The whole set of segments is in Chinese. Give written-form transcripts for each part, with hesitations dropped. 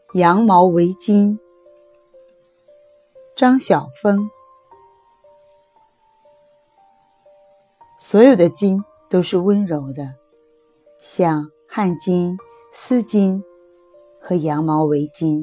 羊毛围巾，张晓峰。所有的巾都是温柔的，像汗巾、丝巾和羊毛围巾。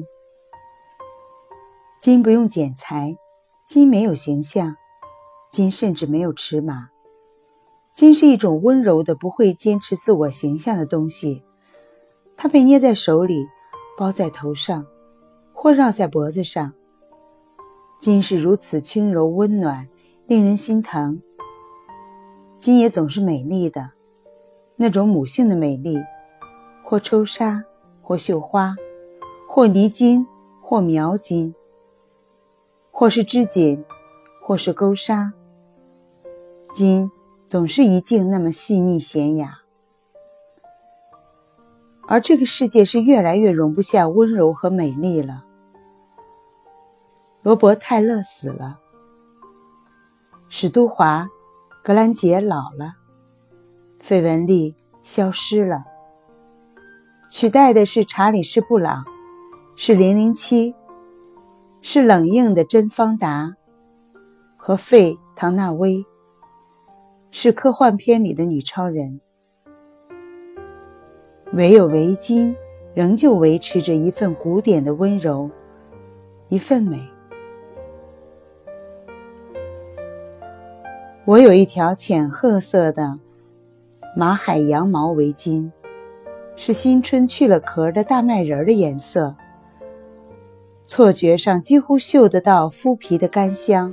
巾不用剪裁，巾没有形象，巾甚至没有尺码。巾是一种温柔的不会坚持自我形象的东西，它被捏在手里，包在头上，或绕在脖子上。巾是如此轻柔温暖，令人心疼。巾也总是美丽的，那种母性的美丽，或抽纱，或绣花，或泥金，或描金，或是织锦，或是钩纱。巾总是一径那么细腻娴雅。而这个世界是越来越容不下温柔和美丽了。罗伯·泰勒死了，史都华、格兰杰老了，费雯丽消失了，取代的是查理士·布朗，是007，是冷硬的珍·方达和费·唐纳威，是科幻片里的女超人。唯有围巾仍旧维持着一份古典的温柔，一份美。我有一条浅褐色的马海羊毛围巾，是新春去了壳的大麦仁的颜色，错觉上几乎嗅得到麸皮的干香。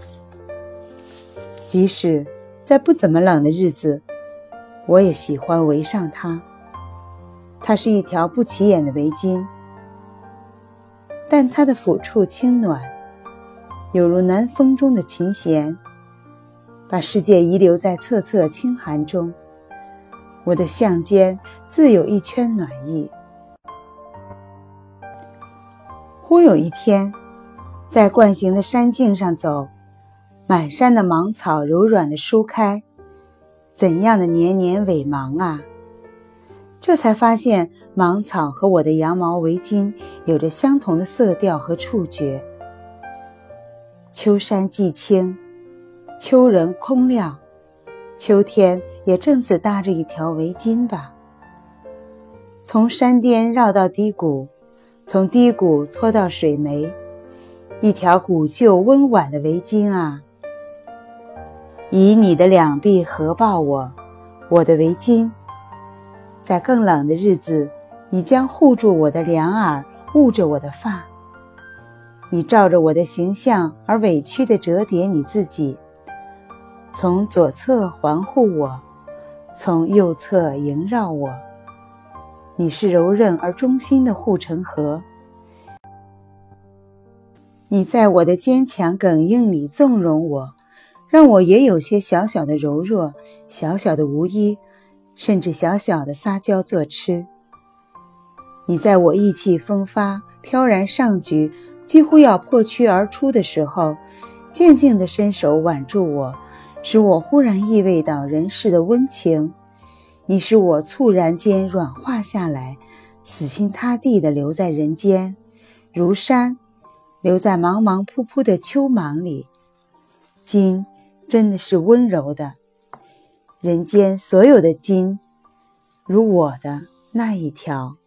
即使在不怎么冷的日子，我也喜欢围上它。它是一条不起眼的围巾，但它的抚触轻暖，有如南风中的琴弦，把世界遗留在恻恻清寒中。我的项间自有一圈暖意。忽有一天，在惯行的山径上走，满山的芒草柔软地舒开，怎样的年年尾芒啊！这才发现芒草和我的羊毛围巾有着相同的色调和触觉。秋山既青，秋人空亮，秋天也正自搭着一条围巾吧。从山巅绕到低谷，从低谷拖到水湄，一条古旧温婉的围巾啊！以你的两臂合抱我，我的围巾。在更冷的日子，你将护住我的两耳，捂着我的发。你照着我的形象而委屈地折叠你自己，从左侧环护我，从右侧萦绕我。你是柔韧而忠心的护城河。你在我的坚强哽硬里纵容我，让我也有些小小的柔弱，小小的无依，甚至小小的撒娇作痴。你在我意气风发，飘然上举，几乎要破躯而出的时候，静静地伸手挽住我，使我忽然意味到人世的温情。你使我猝然间软化下来，死心塌地地留在人间，如山留在茫茫扑扑的秋芒里。巾真的是温柔的，人间所有的巾，如我的那一条。